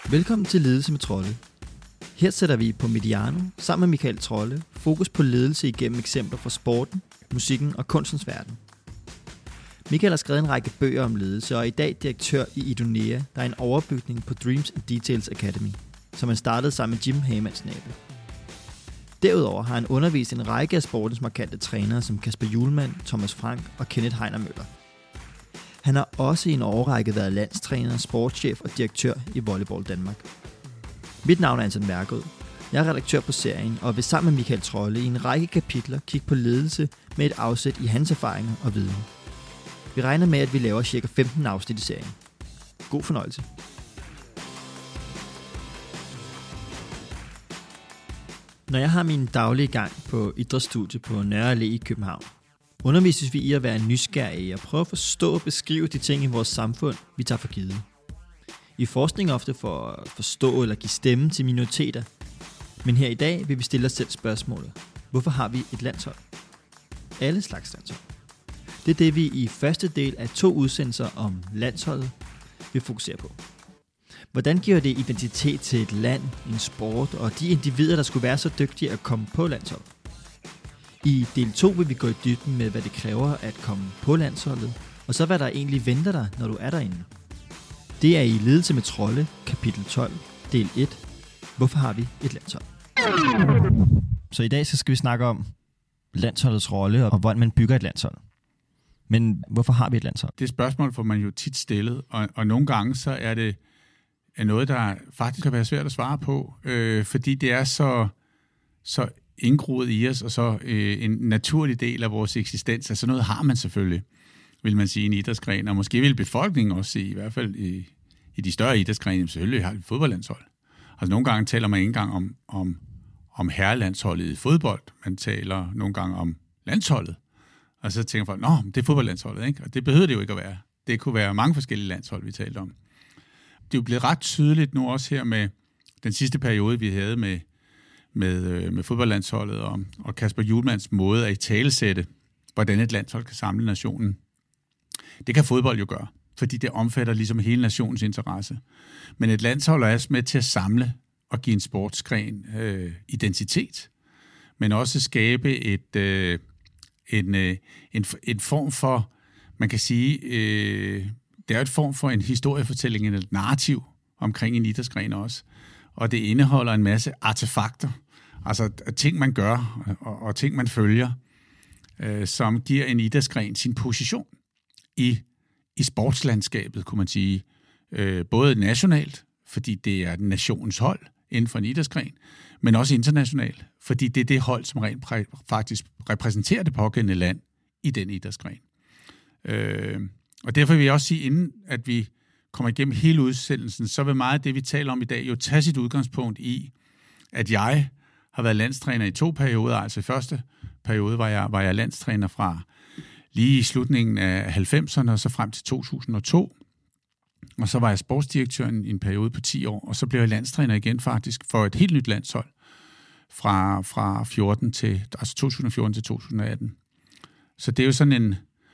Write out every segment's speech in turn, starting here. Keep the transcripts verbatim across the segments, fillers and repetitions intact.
Velkommen til Ledelse med Trolle. Her sætter vi på Mediano sammen med Michael Trolle fokus på ledelse igennem eksempler fra sporten, musikken og kunstens verden. Michael har skrevet en række bøger om ledelse og er i dag direktør i Idonea, der er en overbygning på Dreams and Details Academy, som han startede sammen med Jim Hamans nabo. Derudover har han undervist en række af sportens markante trænere som Kasper Hjulmand, Thomas Frank og Kenneth Heiner Møller. Han har også i en årrække været landstræner, sportschef og direktør i Volleyball Danmark. Mit navn er Anton Værgod. Jeg er redaktør på serien og vil sammen med Michael Trolle i en række kapitler kigge på ledelse med et afsæt i hans erfaringer og viden. Vi regner med, at vi laver cirka femten afsnit i serien. God fornøjelse. Når jeg har min daglige gang på idrætsstudie på Nørre Allé i København, undervises vi i at være nysgerrige og prøve at forstå og beskrive de ting i vores samfund, vi tager for givet. I forskning ofte for at forstå eller give stemme til minoriteter. Men her i dag vil vi stille os selv spørgsmålet: hvorfor har vi et landshold? Alle slags landshold. Det er det, vi i første del af to udsendelser om landsholdet vil fokusere på. Hvordan giver det identitet til et land, en sport og de individer, der skulle være så dygtige at komme på landsholdet? I del to vil vi gå i dybden med, hvad det kræver at komme på landsholdet, og så hvad der egentlig venter dig, når du er derinde. Det er i Ledelse med Trolle, kapitel tolv, del et. Hvorfor har vi et landshold? Så i dag så skal vi snakke om landsholdets rolle og hvordan man bygger et landshold. Men hvorfor har vi et landshold? Det spørgsmål får man jo tit stillet, og, og nogle gange så er det er noget, der faktisk kan være svært at svare på, øh, fordi det er så, så indgroet i os, og så øh, en naturlig del af vores eksistens. Altså noget har man selvfølgelig, vil man sige, i en idrætsgren, og måske vil befolkningen også sige, i hvert fald i, i de større idrætsgrene, selvfølgelig har vi et fodboldlandshold. Altså nogle gange taler man ikke engang om, om, om herrelandsholdet i fodbold, man taler nogle gange om landsholdet. Og så tænker folk, nå, det er fodboldlandsholdet, ikke? Og det behøver det jo ikke at være. Det kunne være mange forskellige landshold, vi talte om. Det er jo blevet ret tydeligt nu også her med den sidste periode, vi havde med, med, med fodboldlandsholdet og, og Kasper Hjulmands måde at italesætte, hvordan et landshold kan samle nationen. Det kan fodbold jo gøre, fordi det omfatter ligesom hele nationens interesse. Men et landshold er også med til at samle og give en sportsgren øh, identitet, men også skabe et, øh, en, øh, en, en form for, man kan sige, øh, det er et form for en historiefortælling, et narrativ omkring en idrætsgren også. Og det indeholder en masse artefakter, altså ting, man gør og, og ting, man følger, øh, som giver en idrætsgren sin position i, i sportslandskabet, kunne man sige. Øh, både nationalt, fordi det er nationens hold inden for en idrætsgren, men også internationalt, fordi det er det hold, som rent præ- faktisk repræsenterer det pågældende land i den idrætsgren. Øh, og derfor vil jeg også sige, inden at vi kommer igennem hele udsendelsen, så vil meget af det, vi taler om i dag, jo tage sit udgangspunkt i, at jeg har været landstræner i to perioder. Altså i første periode var jeg, var jeg landstræner fra lige i slutningen af halvfemserne og så frem til to tusind og to. Og så var jeg sportsdirektør i en periode på ti år, og så blev jeg landstræner igen faktisk for et helt nyt landshold fra, fra fjorten til, altså to tusind og fjorten til to tusind og atten. Så det er jo sådan en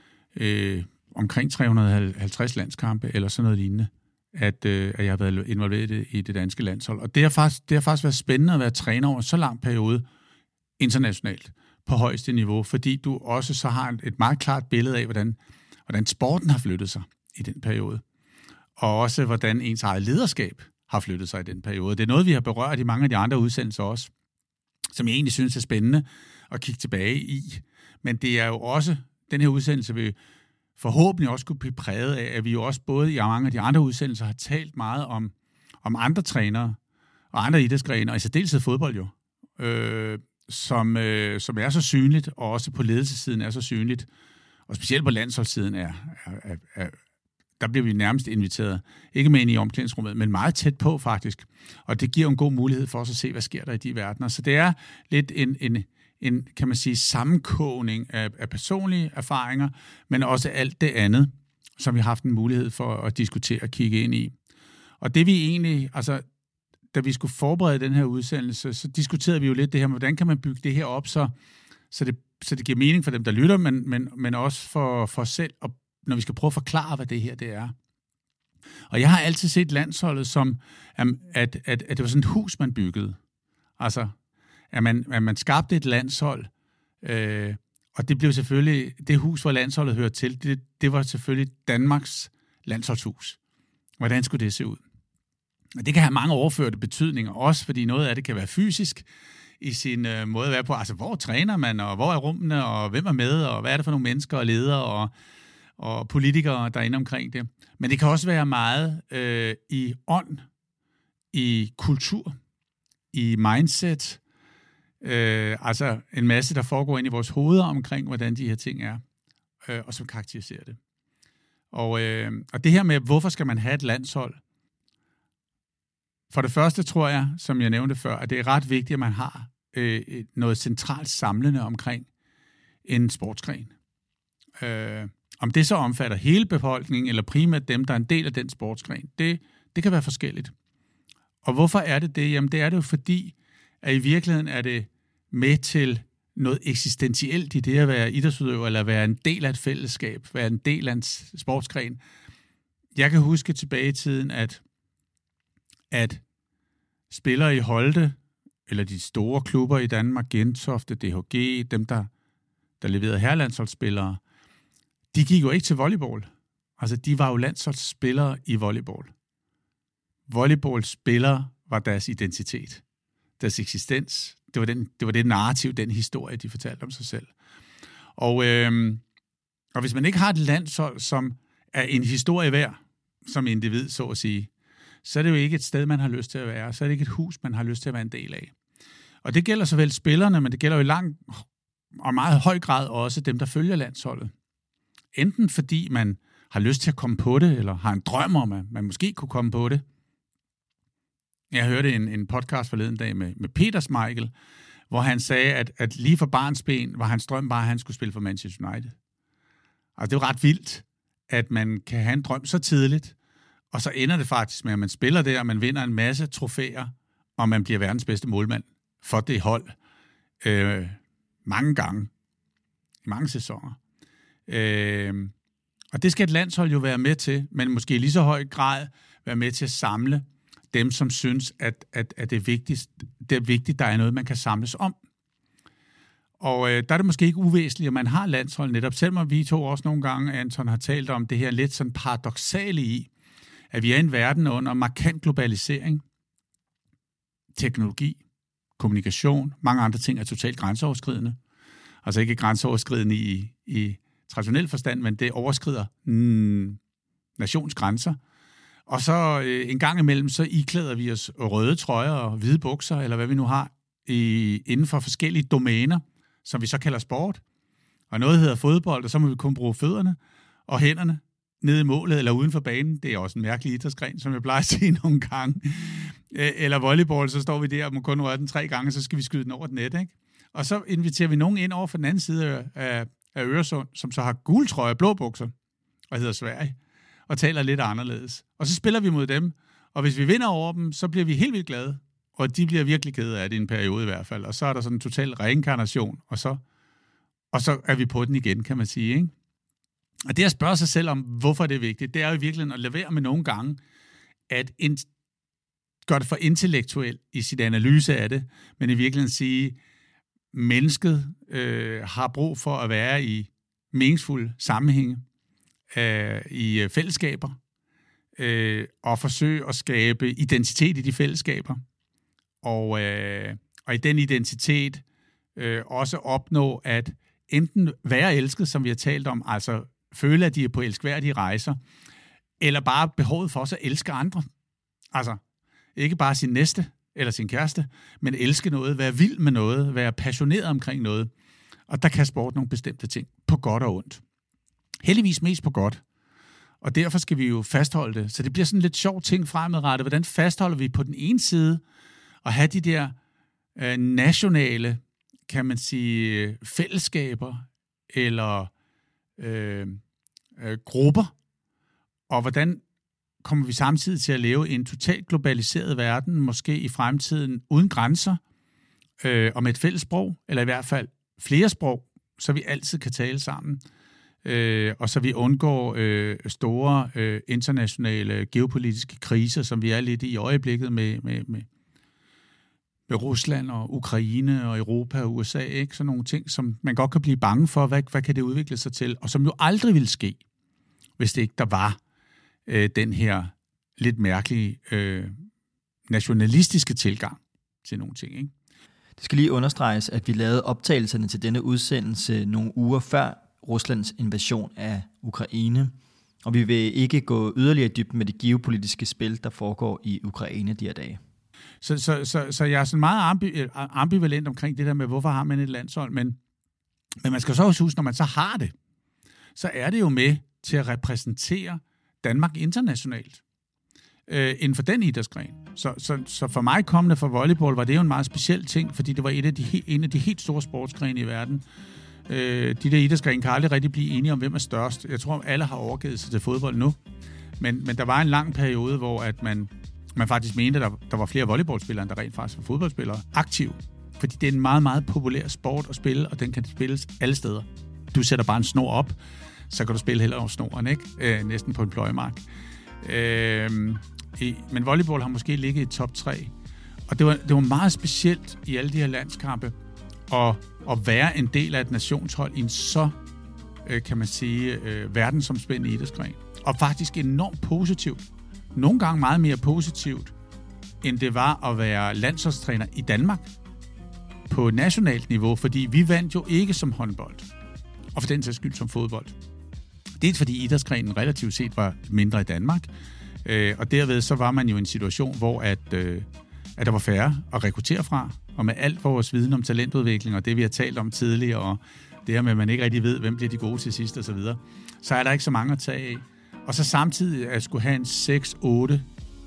øh, omkring tre hundrede og halvtreds landskampe eller sådan noget lignende, at, øh, at jeg har været involveret i det, i det danske landshold. Og det har, faktisk, det har faktisk været spændende at være træner over så lang periode internationalt på højeste niveau, fordi du også så har et meget klart billede af, hvordan, hvordan sporten har flyttet sig i den periode. Og også hvordan ens eget lederskab har flyttet sig i den periode. Det er noget, vi har berørt i mange af de andre udsendelser også, som jeg egentlig synes er spændende at kigge tilbage i. Men det er jo også, den her udsendelse vil forhåbentlig også kunne blive præget af, at vi jo også både i mange af de andre udsendelser har talt meget om, om andre trænere og andre idrætsgrene, og i særdeleshed fodbold jo, øh, som, øh, som er så synligt, og også på ledelsessiden er så synligt, og specielt på landsholdssiden er, er, er, er der bliver vi nærmest inviteret, ikke med ind i omklædningsrummet, men meget tæt på faktisk. Og det giver en god mulighed for os at se, hvad sker der i de verdener. Så det er lidt en, en, en kan man sige, sammenkogning af, af personlige erfaringer, men også alt det andet, som vi har haft en mulighed for at diskutere og kigge ind i. Og det vi egentlig, altså, da vi skulle forberede den her udsendelse, så diskuterede vi jo lidt det her med, hvordan kan man bygge det her op, så, så, det, så det giver mening for dem, der lytter, men, men, men også for, for os selv, og når vi skal prøve at forklare, hvad det her det er. Og jeg har altid set landsholdet som, at, at, at, at det var sådan et hus, man byggede. Altså, at man, at man skabte et landshold, øh, og det blev selvfølgelig, det hus, hvor landsholdet hørte til, det, det var selvfølgelig Danmarks landsholdshus. Hvordan skulle det se ud? Og det kan have mange overførte betydninger, også fordi noget af det kan være fysisk i sin øh, måde at være på. Altså, hvor træner man, og hvor er rummene, og hvem er med, og hvad er det for nogle mennesker og ledere og, og politikere, der er inde omkring det. Men det kan også være meget øh, i ånd, i kultur, i mindset, øh, altså en masse, der foregår ind i vores hoveder omkring, hvordan de her ting er, øh, og som karakteriserer det. Og, øh, og det her med, hvorfor skal man have et landshold? For det første tror jeg, som jeg nævnte før, at det er ret vigtigt, at man har øh, noget centralt samlende omkring en sportsgren. Øh, om det så omfatter hele befolkningen, eller primært dem, der er en del af den sportsgren, det, det kan være forskelligt. Og hvorfor er det det? Jamen det er det jo fordi, at i virkeligheden er det med til noget eksistentielt i det at være idrætsudøver, eller være en del af et fællesskab, være en del af en sportsgren. Jeg kan huske tilbage i tiden, at, at spillere i Holte, eller de store klubber i Danmark, Gentofte, D H G, dem der, der leverede herrelandsholdsspillere, de gik jo ikke til volleyball. Altså, de var jo landsholdsspillere i volleyball. Volleyballspillere var deres identitet, deres eksistens. Det var, den, det var det narrativ, den historie, de fortalte om sig selv. Og, øh, og hvis man ikke har et landshold, som er en historie værd, som individ, så at sige, så er det jo ikke et sted, man har lyst til at være. Så er det ikke et hus, man har lyst til at være en del af. Og det gælder såvel spillerne, men det gælder jo i lang og meget høj grad også dem, der følger landsholdet. Enten fordi man har lyst til at komme på det, eller har en drøm om, at man måske kunne komme på det. Jeg hørte en, en podcast forleden dag med, med Peter Schmeichel, hvor han sagde, at, at lige fra barnsben var hans drøm bare, at han skulle spille for Manchester United. Og det er jo ret vildt, at man kan have en drøm så tidligt, og så ender det faktisk med, at man spiller der, og man vinder en masse trofæer, og man bliver verdens bedste målmand for det hold øh, mange gange, i mange sæsoner. Øh, og det skal et landshold jo være med til, men måske i lige så høj grad være med til at samle dem, som synes, at, at, at det, er vigtigt, det er vigtigt, der er noget, man kan samles om. Og øh, der er det måske ikke uvæsentligt, at man har landshold netop, selvom vi to også nogle gange, Anton, har talt om det her lidt sådan paradoksale i, at vi er i en verden under markant globalisering, teknologi, kommunikation, mange andre ting er totalt grænseoverskridende. Altså ikke grænseoverskridende i, i traditionel forstand, men det overskrider mm, nationsgrænser. Og så øh, en gang imellem, så iklæder vi os røde trøjer og hvide bukser, eller hvad vi nu har, i, inden for forskellige domæner, som vi så kalder sport. Og noget hedder fodbold, og så må vi kun bruge fødderne og hænderne nede i målet eller uden for banen. Det er også en mærkelig idrætsgren, som jeg plejer at sige nogle gange. Eller volleyball, så står vi der og må kun røre den tre gange, så skal vi skyde den over et net, ikke? Og så inviterer vi nogen ind over for den anden side af, af Øresund, som så har gule trøjer og blå bukser, og hedder Sverige, og taler lidt anderledes. Og så spiller vi mod dem, og hvis vi vinder over dem, så bliver vi helt vildt glade, og de bliver virkelig kede af det i en periode i hvert fald. Og så er der sådan en total reinkarnation, og så, og så er vi på den igen, kan man sige, ikke? Og det at spørge sig selv om, hvorfor det er vigtigt, det er jo i virkeligheden at lade være med nogle gange, at in, gøre det for intellektuelt i sit analyse af det, men i virkeligheden sige, mennesket øh, har brug for at være i meningsfulde sammenhænge, øh, i fællesskaber, øh, og forsøge at skabe identitet i de fællesskaber. Og, øh, og i den identitet øh, også opnå at enten være elsket, som vi har talt om, altså føle, at de er på elskværdige rejser, eller bare behovet for os at elske andre. Altså ikke bare sin næste eller sin kæreste, men elske noget, være vild med noget, være passioneret omkring noget. Og der kan sport nogle bestemte ting, på godt og ondt. Heldigvis mest på godt. Og derfor skal vi jo fastholde det. Så det bliver sådan lidt sjov ting fremadrettet. Hvordan fastholder vi på den ene side at have de der øh, nationale, kan man sige, fællesskaber eller øh, øh, grupper, og hvordan kommer vi samtidig til at leve i en totalt globaliseret verden, måske i fremtiden uden grænser, øh, og med et fælles sprog, eller i hvert fald flere sprog, så vi altid kan tale sammen øh, og så vi undgår øh, store øh, internationale geopolitiske kriser, som vi er lidt i øjeblikket med, med, med, med Rusland og Ukraine og Europa og U S A, ikke? Sådan nogle ting, som man godt kan blive bange for, hvad, hvad kan det udvikle sig til, og som jo aldrig ville ske, hvis det ikke der var øh, den her lidt mærkelige øh, nationalistiske tilgang til nogle ting, ikke? Det skal lige understreges, at vi lavede optagelserne til denne udsendelse nogle uger før Ruslands invasion af Ukraine, og vi vil ikke gå yderligere dybt med det geopolitiske spil, der foregår i Ukraine de her dage. Så, så, så, så jeg er sådan meget ambi- ambivalent omkring det der med, hvorfor har man et landshold, men, men man skal så også huske, når man så har det, så er det jo med til at repræsentere Danmark internationalt øh, inden for den idrætsgren. Så, så, så for mig kommende for volleyball var det jo en meget speciel ting, fordi det var et af de, en af de helt store sportsgrene i verden. Øh, de der idrætsgrene kan aldrig rigtig blive enige om, hvem er størst. Jeg tror, alle har overgivet sig til fodbold nu. Men, men der var en lang periode, hvor at man, man faktisk mente, at der, der var flere volleyballspillere, end der rent faktisk var fodboldspillere aktiv. Fordi det er en meget, meget populær sport at spille, og den kan spilles alle steder. Du sætter bare en snor op, så kan du spille heller over snoren, ikke? Øh, næsten på en pløjemark. Øh, i, men volleyball har måske ligget i top tre. Og det var, det var meget specielt i alle de her landskampe at, at være en del af et nationshold i en så, øh, kan man sige, øh, verdensomspændende idrætsgren. Og faktisk enormt positivt. Nogle gange meget mere positivt, end det var at være landsholdstræner i Danmark på nationalt niveau, fordi vi vandt jo ikke som håndbold, og for den sags skyld som fodbold. Dels fordi idrætsgrenen relativt set var mindre i Danmark, øh, og derved så var man jo i en situation, hvor at, øh, at der var færre at rekruttere fra, og med alt vores viden om talentudvikling, og det vi har talt om tidligere, og det her med, at man ikke rigtig ved, hvem bliver de gode til sidst og så videre, så er der ikke så mange at tage af. Og så samtidig at skulle have en seks, otte,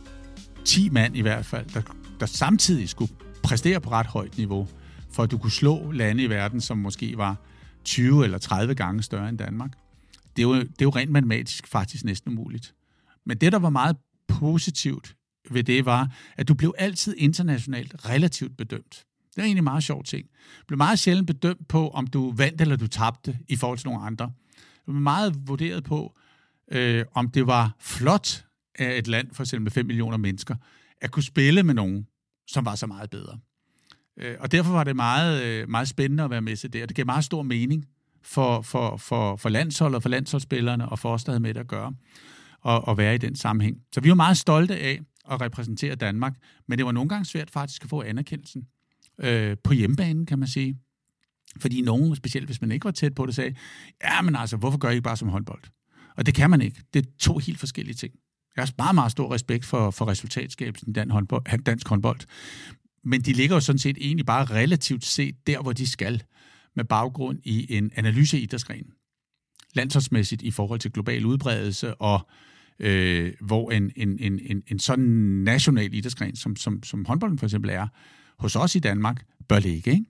ti mand i hvert fald, der, der samtidig skulle præstere på ret højt niveau, for at du kunne slå lande i verden, som måske var tyve eller tredive gange større end Danmark. Det er jo, det er jo rent matematisk faktisk næsten umuligt. Men det, der var meget positivt ved det, var, at du blev altid internationalt relativt bedømt. Det er egentlig en meget sjov ting. Du blev meget sjældent bedømt på, om du vandt eller du tabte i forhold til nogle andre. Du blev meget vurderet på, øh, om det var flot af et land, for eksempel med fem millioner mennesker, at kunne spille med nogen, som var så meget bedre. Øh, og derfor var det meget, øh, meget spændende at være med til det, og det gav meget stor mening for, for, for, for landsholdet, for landsholdsspillerne og for os, der havde med det at gøre, og, og være i den sammenhæng. Så vi var meget stolte af at repræsentere Danmark, men det var nogle gange svært faktisk at få anerkendelsen øh, på hjemmebanen, kan man sige. Fordi nogen, specielt hvis man ikke var tæt på det, sagde, ja, men altså, hvorfor gør I ikke bare som håndbold? Og det kan man ikke. Det er to helt forskellige ting. Jeg har meget, meget stor respekt for, for resultatskabelsen i dansk håndbold, dansk håndbold. Men de ligger jo sådan set egentlig bare relativt set der, hvor de skal, med baggrund i en analyse af idrætsgren. Landsholdsmæssigt i forhold til global udbredelse, og øh, hvor en, en, en, en, en sådan national idrætsgren, som, som, som håndbolden for eksempel er, hos os i Danmark, bør ligge, ikke?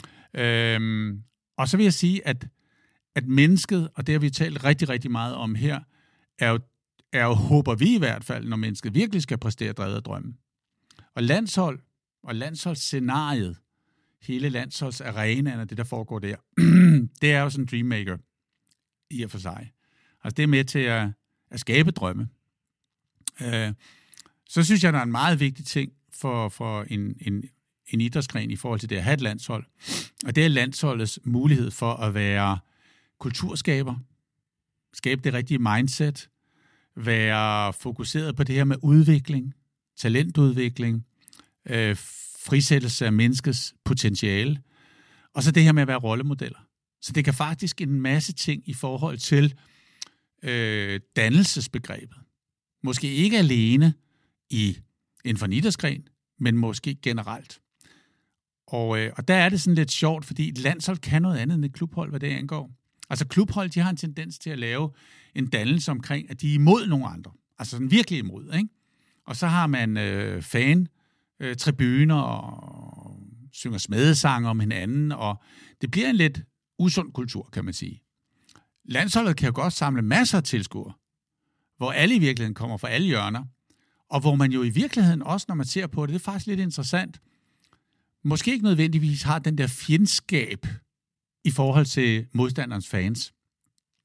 Øhm, og så vil jeg sige, at, at mennesket, og det har vi talt rigtig, rigtig meget om her, er jo, er jo, håber vi i hvert fald, når mennesket virkelig skal præstere drevet af drømmen. Og landshold, og landsholdsscenariet, hele landsholdsarenaen og det, der foregår der, det er jo sådan en dreammaker i og for sig. Altså det er med til at, at skabe drømme. Øh, så synes jeg, der er en meget vigtig ting for, for en, en, en idrætsgren i forhold til det at have et landshold, og det er landsholdets mulighed for at være kulturskaber, skabe det rigtige mindset, være fokuseret på det her med udvikling, talentudvikling, øh, frisættelse af menneskets potentiale, og så det her med at være rollemodeller. Så det kan faktisk en masse ting i forhold til øh, dannelsesbegrebet. Måske ikke alene i en for en idrætsgren, men måske generelt. Og, øh, og der er det sådan lidt sjovt, fordi et landshold kan noget andet end et klubhold, hvad det angår. Altså klubhold, de har en tendens til at lave en dannelse omkring, at de er imod nogle andre. Altså sådan virkelig imod, ikke? Og så har man øh, fan, øh, tribuner og synger smedesange om hinanden, og det bliver en lidt usund kultur, kan man sige. Landsholdet kan jo godt samle masser af tilskuere, hvor alle i virkeligheden kommer fra alle hjørner, og hvor man jo i virkeligheden også, når man ser på det, det er faktisk lidt interessant, måske ikke nødvendigvis har den der fjendskab i forhold til modstanderens fans.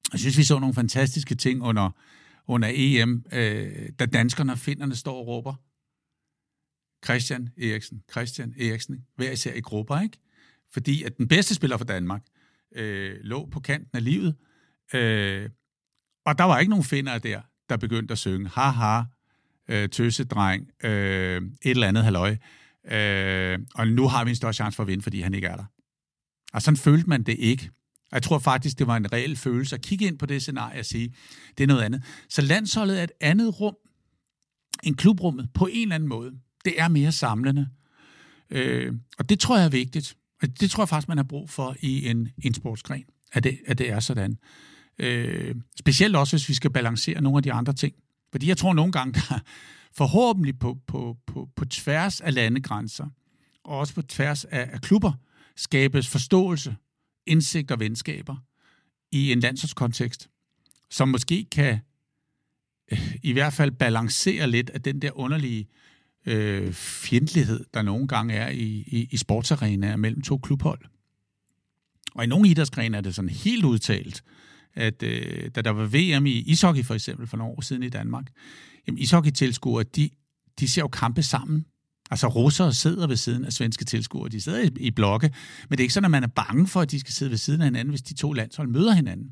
Jeg synes, vi så nogle fantastiske ting under, under E M, øh, da danskerne og finderne står og råber Christian Eriksen, Christian Eriksen, hver især i grupper, ikke? Fordi at den bedste spiller for Danmark øh, lå på kanten af livet, øh, og der var ikke nogen finnere der, der begyndte at synge haha, øh, tøsedreng, øh, et eller andet halløj, øh, og nu har vi en større chance for at vinde, fordi han ikke er der. Og sådan følte man det ikke. Jeg tror faktisk, det var en reel følelse at kigge ind på det scenarie og sige, det er noget andet. Så landsholdet er et andet rum end klubrummet på en eller anden måde. Det er mere samlende. Øh, og det tror jeg er vigtigt. Og det tror jeg faktisk, man har brug for i en, en sportsgren, at det, at det er sådan. Øh, specielt også, hvis vi skal balancere nogle af de andre ting. Fordi jeg tror nogle gange, der forhåbentlig på, på, på, på tværs af landegrænser, og også på tværs af, af klubber, skabes forståelse, indsigt og venskaber i en landsholdskontekst, som måske kan øh, i hvert fald balancere lidt af den der underlige øh, fjendtlighed, der nogle gange er i, i, i sportsarenaer mellem to klubhold. Og i nogle idrætsgrene er det sådan helt udtalt, at øh, da der var V M i ishockey for eksempel for nogle år siden i Danmark, jamen ishockey-tilskuere, de, de ser jo kampe sammen. Altså russere sidder ved siden af svenske tilskuere, de sidder i, i blokke, men det er ikke sådan, at man er bange for, at de skal sidde ved siden af hinanden, hvis de to landshold møder hinanden.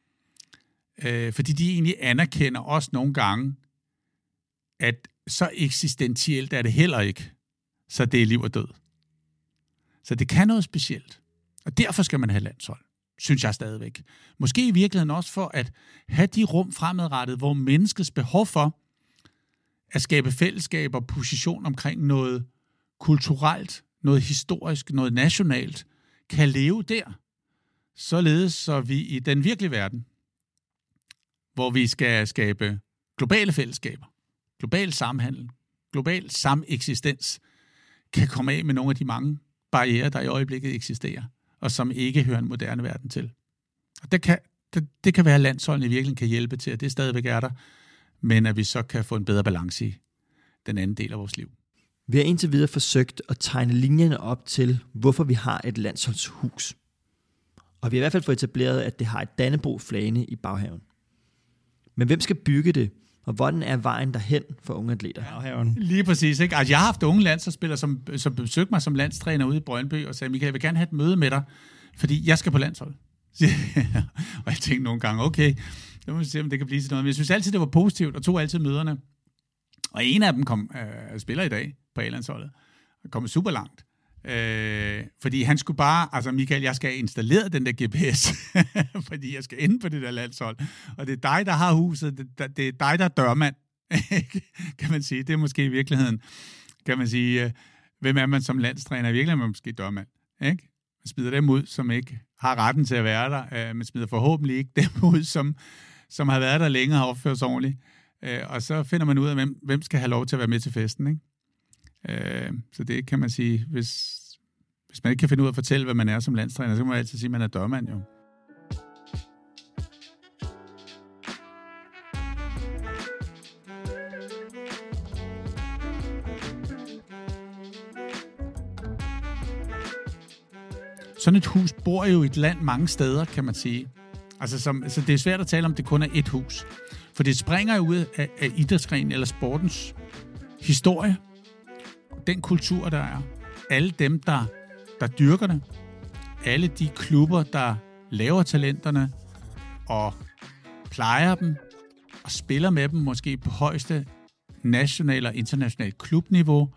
Øh, fordi de egentlig anerkender også nogle gange, at så eksistentielt er det heller ikke, så det er liv og død. Så det kan noget specielt. Og derfor skal man have landshold, synes jeg stadigvæk. Måske i virkeligheden også for at have de rum fremadrettet, hvor menneskets behov for at skabe fællesskab og position omkring noget kulturelt, noget historisk, noget nationalt, kan leve der. Således så vi i den virkelige verden, hvor vi skal skabe globale fællesskaber, global samhandel, global sameksistens, kan komme af med nogle af de mange barrierer, der i øjeblikket eksisterer, og som ikke hører en moderne verden til. Og det kan, det, det kan være, at landsholdene i virkeligheden kan hjælpe til, at det stadigvæk er der, men at vi så kan få en bedre balance i den anden del af vores liv. Vi har indtil videre forsøgt at tegne linjerne op til, hvorfor vi har et landsholdshus. Og vi har i hvert fald fået etableret, at det har et Dannebrog-flagene i baghaven. Men hvem skal bygge det, og hvordan er vejen derhen for unge atleter? Baghaven. Lige præcis, ikke? Altså, jeg har haft unge landsholdsspillere, som, som besøgte mig som landstræner ude i Brøndby, og sagde, Michael, jeg vil gerne have et møde med dig, fordi jeg skal på landshold. Og jeg tænkte nogle gange, okay, det må vi se, om det kan blive til noget. Men jeg synes altid, det var positivt, og tog altid møderne. Og en af dem kom, øh, spiller i dag på A-landsholdet, og kom super langt. Øh, fordi han skulle bare, altså Michael, jeg skal installere den der G P S, fordi jeg skal ind på det der landshold. Og det er dig, der har huset, det, det er dig, der er dørmand, kan man sige. Det er måske i virkeligheden, kan man sige, øh, hvem er man som landstræner? I virkeligheden er man måske dørmand, ikke? Man smider dem ud, som ikke har retten til at være der. Øh, man smider forhåbentlig ikke dem ud, som, som har været der længe og har opført sig ordentligt. Øh, og så finder man ud af, hvem, hvem skal have lov til at være med til festen, ikke? Øh, så det kan man sige, hvis, hvis man ikke kan finde ud af at fortælle, hvad man er som landstræner, så kan man altid sige, at man er dørmand, jo. Sådan et hus bor jo i et land mange steder, kan man sige. Altså, som, altså det er svært at tale om, det kun er et hus. For det springer jo ud af, af idrætsgrenen eller sportens historie. Den kultur, der er. Alle dem, der, der dyrker det. Alle de klubber, der laver talenterne og plejer dem og spiller med dem måske på højeste national og internationalt klubniveau.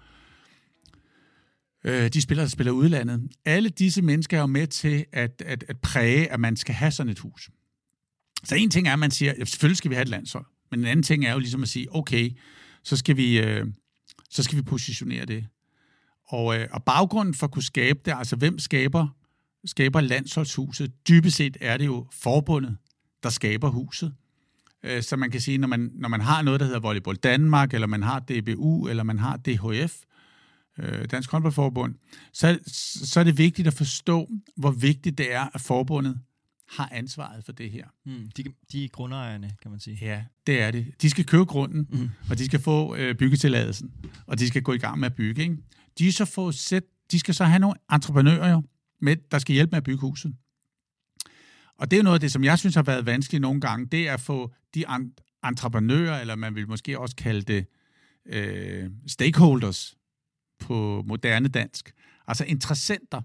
De spillere, der spiller udlandet. Alle disse mennesker er jo med til at, at, at præge, at man skal have sådan et hus. Så en ting er, at man siger, at selvfølgelig skal vi have et landshold. Men en anden ting er jo ligesom at sige, okay, så skal vi, øh, så skal vi positionere det. Og, øh, og baggrunden for at kunne skabe det, altså hvem skaber, skaber landsholdshuset? Dybest set er det jo forbundet, der skaber huset. Øh, så man kan sige, når man, når man har noget, der hedder Volleyball Danmark, eller man har D B U, eller man har D H F, Dansk Håndboldforbund, så, så er det vigtigt at forstå, hvor vigtigt det er, at forbundet har ansvaret for det her. Mm, de, de er grundejerne, kan man sige. Ja, det er det. De skal købe grunden, mm. og de skal få øh, byggetilladelsen, og de skal gå i gang med at bygge. Ikke? De, er så forudsæt, de skal så have nogle entreprenører, jo, med, der skal hjælpe med at bygge huset. Og det er jo noget af det, som jeg synes har været vanskeligt nogle gange, det er at få de entreprenører, eller man vil måske også kalde det øh, stakeholders på moderne dansk, altså interessenter,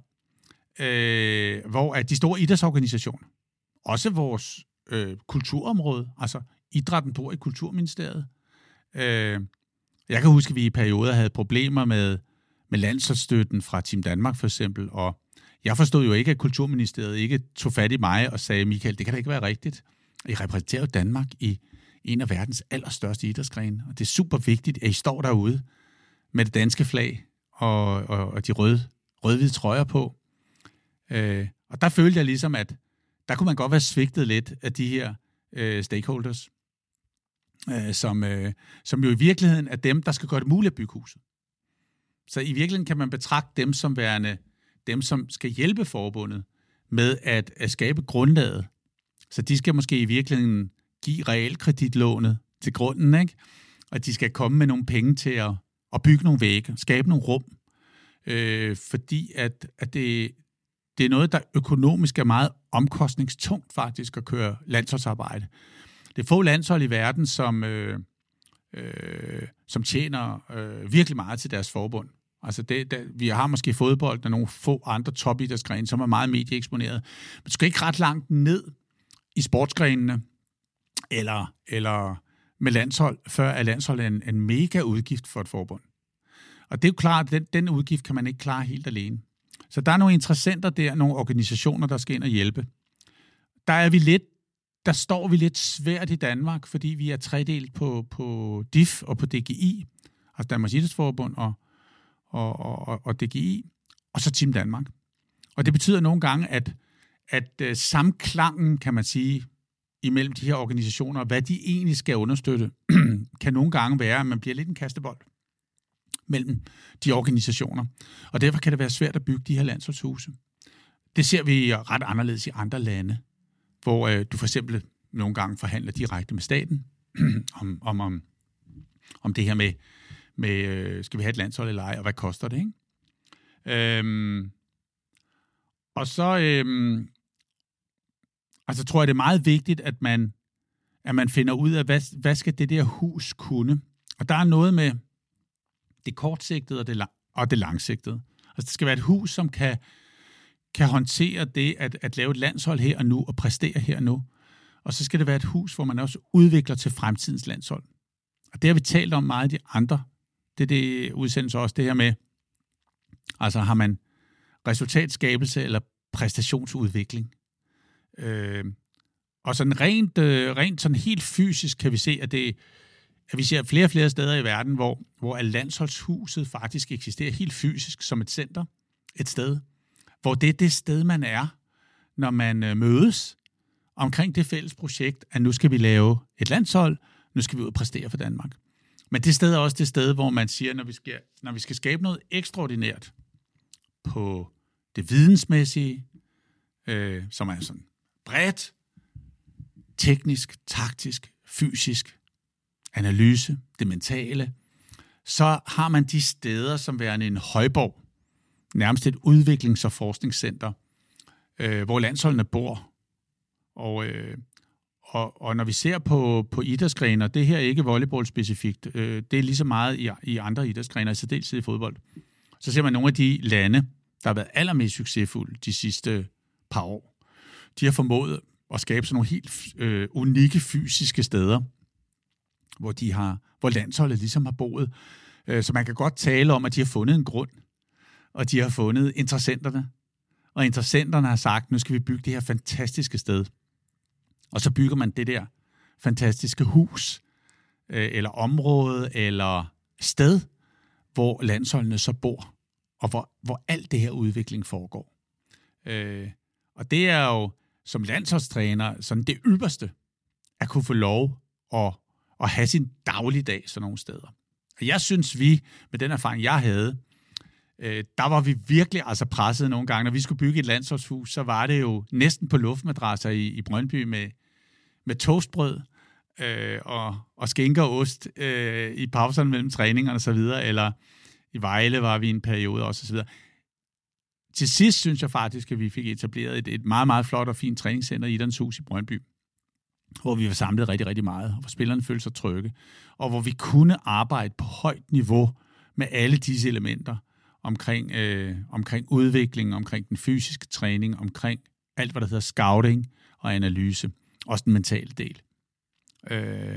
øh, hvor at de store idrætsorganisationer, også vores øh, kulturområde, altså idrætten bor i Kulturministeriet. Øh, jeg kan huske, at vi i perioder havde problemer med, med landsholdsstøtten fra Team Danmark for eksempel, og jeg forstod jo ikke, at Kulturministeriet ikke tog fat i mig og sagde, Michael, det kan da ikke være rigtigt. I repræsenterer jo Danmark i en af verdens allerstørste idrætsgrene, og det er super vigtigt, at I står derude med det danske flag og, og, og de røde, rød-hvide trøjer på. Øh, og der følte jeg ligesom, at der kunne man godt være svigtet lidt af de her øh, stakeholders, øh, som, øh, som jo i virkeligheden er dem, der skal gøre det muligt at bygge huset. Så i virkeligheden kan man betragte dem som værende dem, som skal hjælpe forbundet med at, at skabe grundlaget. Så de skal måske i virkeligheden give realkreditlånet til grunden, ikke? Og de skal komme med nogle penge til at, at bygge nogle vægge, skabe nogle rum. Øh, fordi at, at det, det er noget, der økonomisk er meget omkostningstungt faktisk at køre landsholdsarbejde. Det er få landshold i verden, som, øh, øh, som tjener øh, virkelig meget til deres forbund. Altså det, det, vi har måske fodbold og nogle få andre topidrætsgrene, som er meget medieeksponeret. Men du skal ikke ret langt ned i sportsgrenene eller, eller med landshold, før er landshold en, en mega udgift for et forbund. Og det er jo klart, at den, den udgift kan man ikke klare helt alene. Så der er nogle interessenter der, nogle organisationer, der skal ind og hjælpe. Der er vi lidt, der står vi lidt svært i Danmark, fordi vi er tredelt på, på D I F og på D G I, altså Danmarks Idrætsforbund og Og, og, og D G I, og så Team Danmark. Og det betyder nogle gange, at, at uh, samklangen, kan man sige, imellem de her organisationer, hvad de egentlig skal understøtte, kan nogle gange være, at man bliver lidt en kastebold mellem de organisationer. Og derfor kan det være svært at bygge de her landsholdshuse. Det ser vi ret anderledes i andre lande, hvor uh, du for eksempel nogle gange forhandler direkte med staten om, om, om, om det her med med, øh, skal vi have et landshold eller ej, og hvad koster det, ikke? Øhm, og så øhm, altså tror jeg, det er meget vigtigt, at man, at man finder ud af, hvad, hvad skal det der hus kunne? Og der er noget med det kortsigtede og det, lang, og det langsigtede. Altså det skal være et hus, som kan, kan håndtere det, at, at lave et landshold her og nu, og præstere her og nu. Og så skal det være et hus, hvor man også udvikler til fremtidens landshold. Og det har vi talt om meget i de andre. Det er det udsendelse også, det her med, altså har man resultatskabelse eller præstationsudvikling. Øh, og sådan rent, øh, rent sådan helt fysisk kan vi se, at, det, at vi ser flere og flere steder i verden, hvor, hvor landsholdshuset faktisk eksisterer helt fysisk som et center, et sted, hvor det er det sted, man er, når man øh, mødes omkring det fælles projekt, at nu skal vi lave et landshold, nu skal vi ud og præstere for Danmark. Men det sted er også det sted, hvor man siger, når vi skal, når vi skal skabe noget ekstraordinært på det vidensmæssige, øh, som er sådan bredt, teknisk, taktisk, fysisk, analyse, det mentale, så har man de steder, som værende en højborg, nærmest et udviklings- og forskningscenter, øh, hvor landsholdene bor. Og, øh, og, og når vi ser på, på idrætsgrener, det her er ikke volleyball-specifikt, øh, det er lige så meget i, i andre idrætsgrener, i særdeleshed i fodbold. Så ser man nogle af de lande, der har været allermest succesfulde de sidste par år. De har formået at skabe sådan nogle helt øh, unikke fysiske steder, hvor, de har, hvor landsholdet ligesom har boet. Øh, så man kan godt tale om, at de har fundet en grund, og de har fundet interessenterne. Og interessenterne har sagt, nu skal vi bygge det her fantastiske sted. Og så bygger man det der fantastiske hus, øh, eller område, eller sted, hvor landsholdene så bor, og hvor, hvor alt det her udvikling foregår. Øh, og det er jo som landsholdstræner sådan det ypperste, at kunne få lov at, at have sin dagligdag sådan nogle steder. Og jeg synes, vi, med den erfaring, jeg havde, øh, der var vi virkelig altså presset nogle gange. Når vi skulle bygge et landsholdshus, så var det jo næsten på luftmadrasser i, i Brøndby med, med toastbrød øh, og, og skinke og ost øh, i pauserne mellem træningerne og så videre, eller i Vejle var vi i en periode også og så videre. til sidst synes jeg faktisk, at vi fik etableret et, et meget, meget flot og fint træningscenter i Idrættens Hus i Brøndby, hvor vi var samlet rigtig, rigtig meget, og hvor spillerne følte sig trygge, og hvor vi kunne arbejde på højt niveau med alle disse elementer omkring, øh, omkring udvikling, omkring den fysiske træning, omkring alt, hvad der hedder scouting og analyse, også den mentale del. Øh,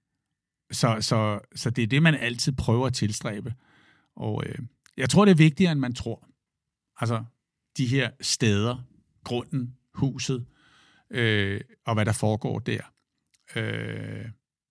så, så, så det er det, man altid prøver at tilstræbe. Og øh, jeg tror, det er vigtigere, end man tror. Altså, de her steder, grunden, huset, øh, og hvad der foregår der. Øh,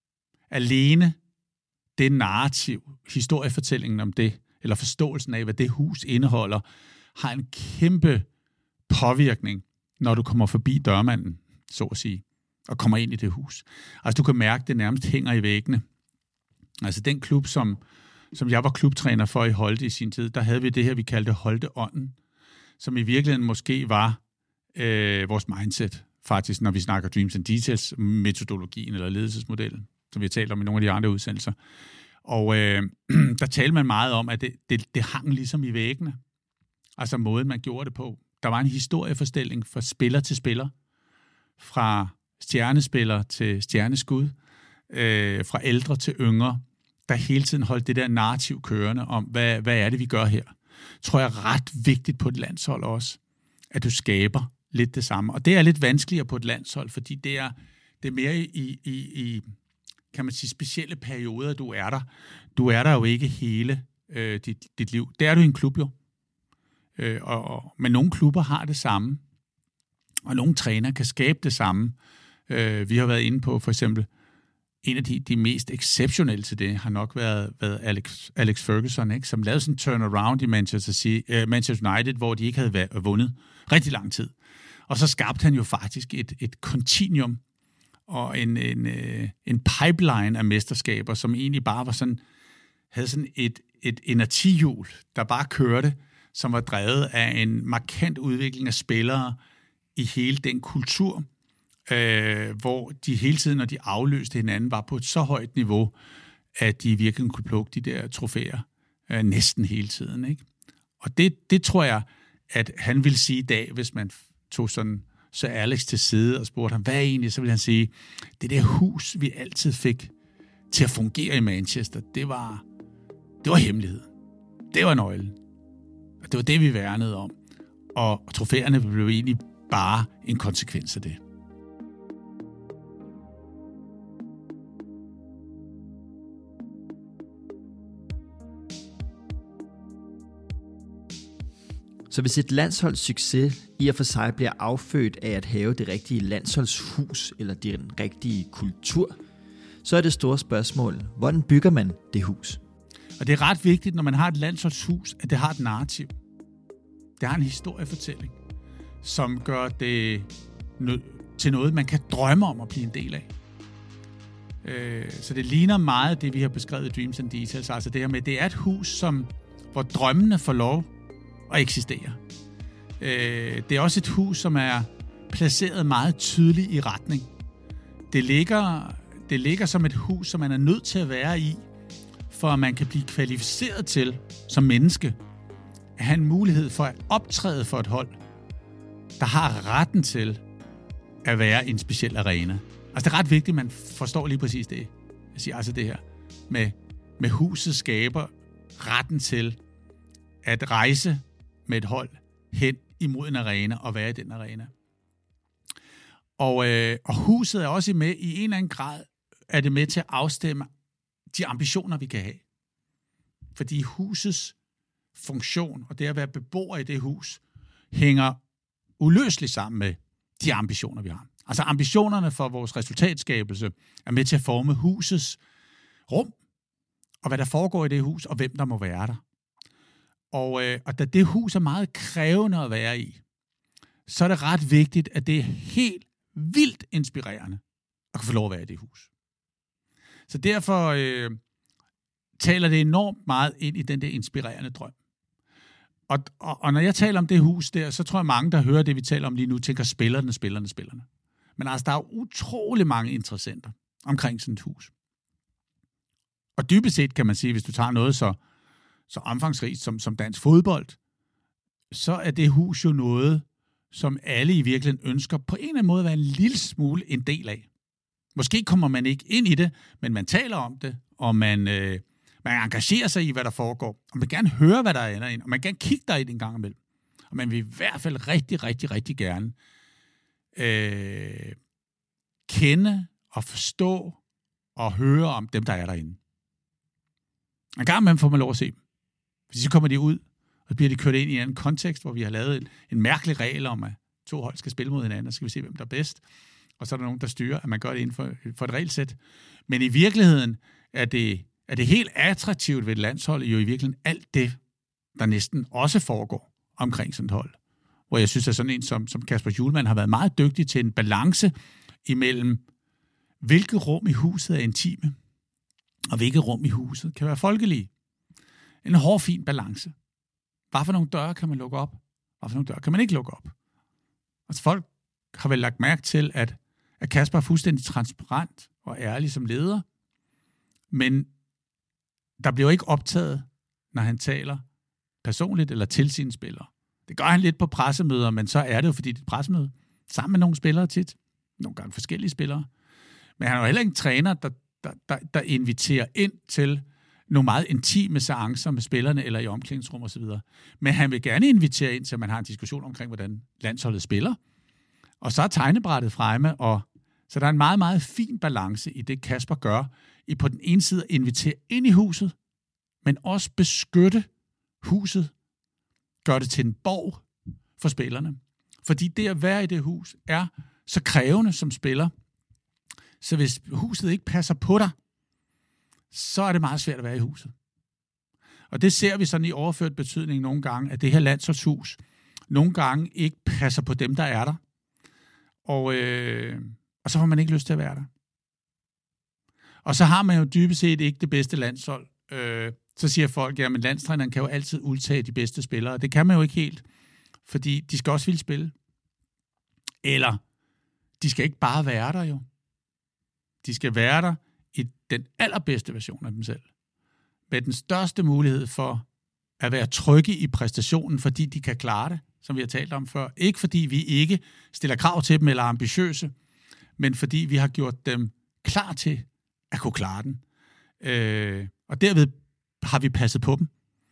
alene det narrativ, historiefortællingen om det, eller forståelsen af, hvad det hus indeholder, har en kæmpe påvirkning, når du kommer forbi dørmanden, så at sige, og kommer ind i det hus. Altså, du kan mærke, at det nærmest hænger i væggene. Altså, den klub, som, som jeg var klubtræner for i Holte i sin tid, der havde vi det her, vi kaldte Holte-ånden, som i virkeligheden måske var øh, vores mindset, faktisk, når vi snakker Dreams and Details, metodologien eller ledelsesmodellen, som vi har talt om i nogle af de andre udsendelser. Og øh, der talte man meget om, at det, det, det hang ligesom i væggene. Altså måden, man gjorde det på. Der var en historiefortælling fra spiller til spiller, fra stjernespiller til stjerneskud, øh, fra ældre til yngre, der hele tiden holdt det der narrativ kørende om, hvad, hvad er det, vi gør her. Tror jeg er ret vigtigt på et landshold også, at du skaber lidt det samme. Og det er lidt vanskeligere på et landshold, fordi det er, det er mere i, i, i, kan man sige, specielle perioder, du er der. Du er der jo ikke hele øh, dit, dit liv. Det er du i en klub jo. Øh, og, og, men nogle klubber har det samme, og nogle træner kan skabe det samme. Øh, vi har været inde på, for eksempel, en af de, de mest exceptionelle til det, har nok været, været Alex, Alex Ferguson, ikke? Som lavede sådan en turnaround i Manchester, uh, Manchester United, hvor de ikke havde vundet rigtig lang tid. Og så skabte han jo faktisk et, et continuum og en, en, en pipeline af mesterskaber, som egentlig bare var sådan, havde sådan et, et energihjul, der bare kørte, som var drevet af en markant udvikling af spillere i hele den kultur, øh, hvor de hele tiden, når de afløste hinanden, var på et så højt niveau, at de virkelig kunne plukke de der trofæer øh, næsten hele tiden. Ikke? Og det, det tror jeg, at han ville sige i dag, hvis man tog sådan så Alex til side og spurgte ham, hvad er egentlig, så ville han sige, det der hus, vi altid fik til at fungere i Manchester, det var, det var hemmelighed. Det var nøglen. Og det var det, vi værnede om. Og, og trofæerne blev egentlig bare en konsekvens af det. Så hvis et landsholds succes i og for sig bliver affødt af at have det rigtige landsholdshus eller den rigtige kultur, så er det store spørgsmål, hvordan bygger man det hus? Og det er ret vigtigt, når man har et landsholdshus, at det har et narrativ. Det har en historiefortælling, som gør det til noget, man kan drømme om at blive en del af. Så det ligner meget det, vi har beskrevet i Dreams and Details. Altså det her med, det er et hus, som, hvor drømmene får lov at eksistere. Det er også et hus, som er placeret meget tydeligt i retning. Det ligger, det ligger som et hus, som man er nødt til at være i, for at man kan blive kvalificeret til som menneske, at have en mulighed for at optræde for et hold, der har retten til at være i en speciel arena. Altså det er ret vigtigt, at man forstår lige præcis det. Jeg siger altså det her. Med, med huset skaber retten til at rejse med et hold hen imod en arena og være i den arena. Og, øh, og huset er også med i en eller anden grad, er det med til at afstemme de ambitioner, vi kan have. Fordi husets funktion og det at være beboer i det hus hænger uløseligt sammen med de ambitioner, vi har. Altså ambitionerne for vores resultatskabelse er med til at forme husets rum, og hvad der foregår i det hus, og hvem der må være der. Og, øh, og da det hus er meget krævende at være i, så er det ret vigtigt, at det er helt vildt inspirerende at kunne få lov at være i det hus. Så derfor øh, taler det enormt meget ind i den der inspirerende drøm. Og, og, og når jeg taler om det hus der, så tror jeg mange, der hører det, vi taler om lige nu, tænker spillerne, spillerne, spillerne. Men altså, der er utrolig mange interessenter omkring sådan et hus. Og dybest set kan man sige, hvis du tager noget så, så omfangsrigt som, som dansk fodbold, så er det hus jo noget, som alle i virkeligheden ønsker på en eller anden måde at være en lille smule en del af. Måske kommer man ikke ind i det, men man taler om det, og man, øh, man engagerer sig i, hvad der foregår, og man vil gerne høre, hvad der er ind, og man vil gerne kigge derind en gang imellem. Og man vil i hvert fald rigtig, rigtig, rigtig gerne øh, kende og forstå og høre om dem, der er derinde. En gang imellem får man lov at se dem. Fordi så kommer de ud, og bliver de kørt ind i en anden kontekst, hvor vi har lavet en, en mærkelig regel om, at to hold skal spille mod hinanden, og så skal vi se, hvem der er bedst. Og så er der nogen, der styrer, at man gør det inden for, for et regelsæt. Men i virkeligheden er det, er det helt attraktivt ved et landshold, jo i virkeligheden alt det, der næsten også foregår omkring sådan et hold. Hvor jeg synes, at sådan en som, som Kasper Hjulmand har været meget dygtig til en balance imellem, hvilke rum i huset er intime, og hvilke rum i huset kan være folkelige. En hård, fin balance. Hvad for nogle døre kan man lukke op? Hvad for nogle døre kan man ikke lukke op? Altså folk har vel lagt mærke til, at, at Kasper er fuldstændig transparent og ærlig som leder, men der bliver jo ikke optaget, når han taler personligt eller til sine spillere. Det gør han lidt på pressemøder, men så er det jo, fordi det er et pressemøde, sammen med nogle spillere tit, nogle gange forskellige spillere. Men han er jo heller ikke en træner, der, der, der, der inviterer ind til nogle meget intime seancer med spillerne eller i omklædningsrum osv. Men han vil gerne invitere ind til, at man har en diskussion omkring, hvordan landsholdet spiller. Og så er tegnebrættet fremme, og så der er en meget, meget fin balance i det, Kasper gør, i på den ene side at invitere ind i huset, men også beskytte huset, gør det til en borg for spillerne. Fordi det at være i det hus er så krævende som spiller, så hvis huset ikke passer på dig, så er det meget svært at være i huset. Og det ser vi sådan i overført betydning nogle gange, at det her landsholdshus nogle gange ikke passer på dem, der er der. Og, øh, og så får man ikke lyst til at være der. Og så har man jo dybest set ikke det bedste landshold. Øh, så siger folk, ja, men landstræneren kan jo altid udtage de bedste spillere. Det kan man jo ikke helt, fordi de skal også ville spille. Eller, de skal ikke bare være der jo. De skal være der i den allerbedste version af dem selv. Med den største mulighed for at være trygge i præstationen, fordi de kan klare det, som vi har talt om før. Ikke fordi vi ikke stiller krav til dem eller er ambitiøse, men fordi vi har gjort dem klar til at kunne klare den. Øh, og derved har vi passet på dem.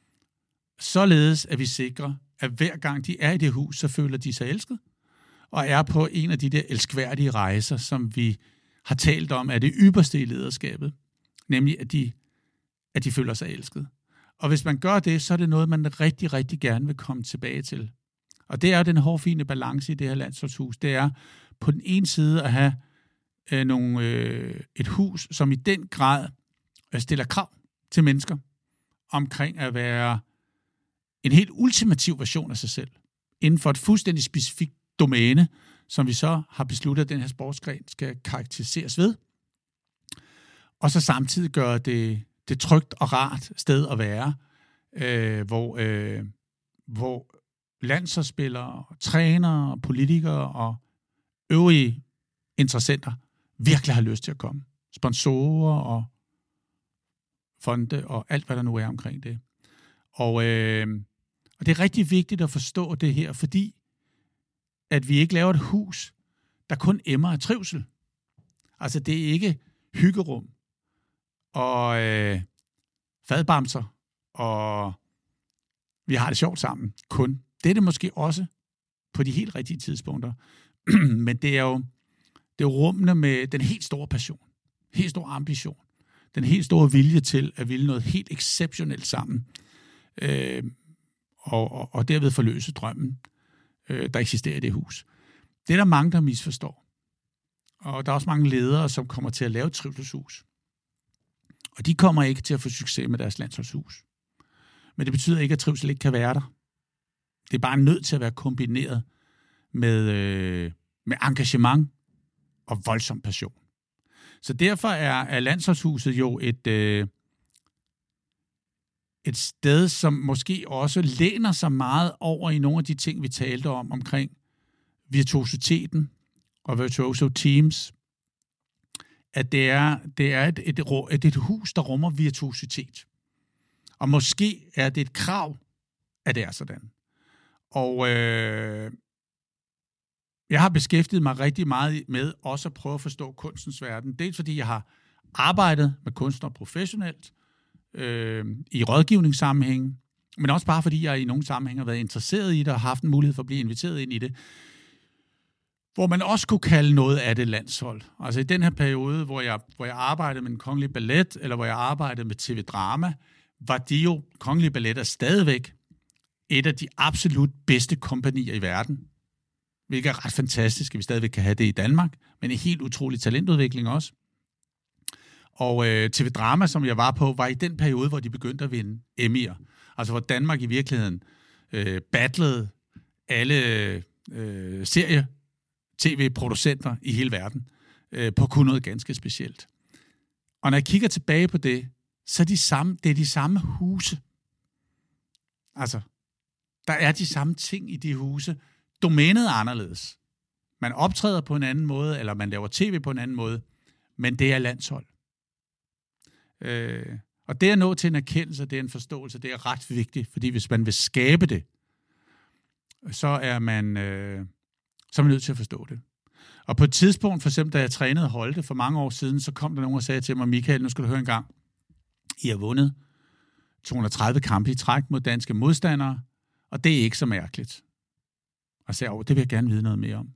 Således at vi sikrer, at hver gang de er i det hus, så føler de sig elsket, og er på en af de der elskværdige rejser, som vi har talt om, er det ypperste i lederskabet, nemlig at de, at de føler sig elsket. Og hvis man gør det, så er det noget, man rigtig, rigtig gerne vil komme tilbage til. Og det er den hårfine balance i det her landsholdshus. Det er på den ene side at have øh, nogle, øh, et hus, som i den grad øh, stiller krav til mennesker omkring at være en helt ultimativ version af sig selv, inden for et fuldstændig specifikt domæne, som vi så har besluttet, at den her sportsgren skal karakteriseres ved. Og så samtidig gøre det, det trygt og rart sted at være, øh, hvor, øh, hvor landsholdsspillere, trænere, politikere og øvrige interessenter virkelig har lyst til at komme. Sponsorer og fonde og alt, hvad der nu er omkring det. Og, øh, og det er rigtig vigtigt at forstå det her, fordi at vi ikke laver et hus, der kun emmer af trivsel. Altså, det er ikke hyggerum og øh, fadbamser, og vi har det sjovt sammen, kun. Det er det måske også på de helt rigtige tidspunkter. Men det er jo det er rummene med den helt store passion, helt store ambition, den helt store vilje til at ville noget helt exceptionelt sammen, øh, og, og, og derved forløse drømmen, øh, der eksisterer i det hus. Det er der mange, der misforstår. Og der er også mange ledere, som kommer til at lave et trivselshus. Og de kommer ikke til at få succes med deres landsholdshus. Men det betyder ikke, at trivsel ikke kan være der. Det er bare nødt til at være kombineret med, øh, med engagement og voldsom passion. Så derfor er, er landsholdshuset jo et, øh, et sted, som måske også læner sig meget over i nogle af de ting, vi talte om, omkring virtuositeten og virtuoso teams. At det er, det er et, et, et, et hus, der rummer virtuositet. Og måske er det et krav, at det er sådan. Og øh, jeg har beskæftiget mig rigtig meget med også at prøve at forstå kunstens verden. Dels fordi jeg har arbejdet med kunstnere professionelt, øh, i rådgivningssammenhæng, men også bare fordi jeg i nogle sammenhæng har været interesseret i det og har haft en mulighed for at blive inviteret ind i det, hvor man også kunne kalde noget af det landshold. Altså i den her periode, hvor jeg, hvor jeg arbejdede med den Kongelige Ballet, eller hvor jeg arbejdede med T V Drama, var de jo, Kongelige Ballet er stadigvæk et af de absolut bedste kompagnier i verden, hvilket er ret fantastisk, at vi stadigvæk kan have det i Danmark, men en helt utrolig talentudvikling også. Og øh, T V Drama, som jeg var på, var i den periode, hvor de begyndte at vinde Emmy'er. Altså hvor Danmark i virkeligheden øh, battlede alle øh, serie tv-producenter i hele verden øh, på kun noget ganske specielt. Og når jeg kigger tilbage på det, så er de samme, det er de samme huse. Altså, der er de samme ting i de huse. Domænet er anderledes. Man optræder på en anden måde, eller man laver tv på en anden måde, men det er landshold. Øh, og det at nå til en erkendelse, det er en forståelse, det er ret vigtigt, fordi hvis man vil skabe det, så er man, øh, så er man nødt til at forstå det. Og på et tidspunkt, for eksempel da jeg trænede Holte for mange år siden, så kom der nogen og sagde til mig, Michael, nu skal du høre en gang, I har vundet to hundrede og tredive kampe i træk mod danske modstandere, og det er ikke så mærkeligt. Og så sagde jeg, det vil jeg gerne vide noget mere om.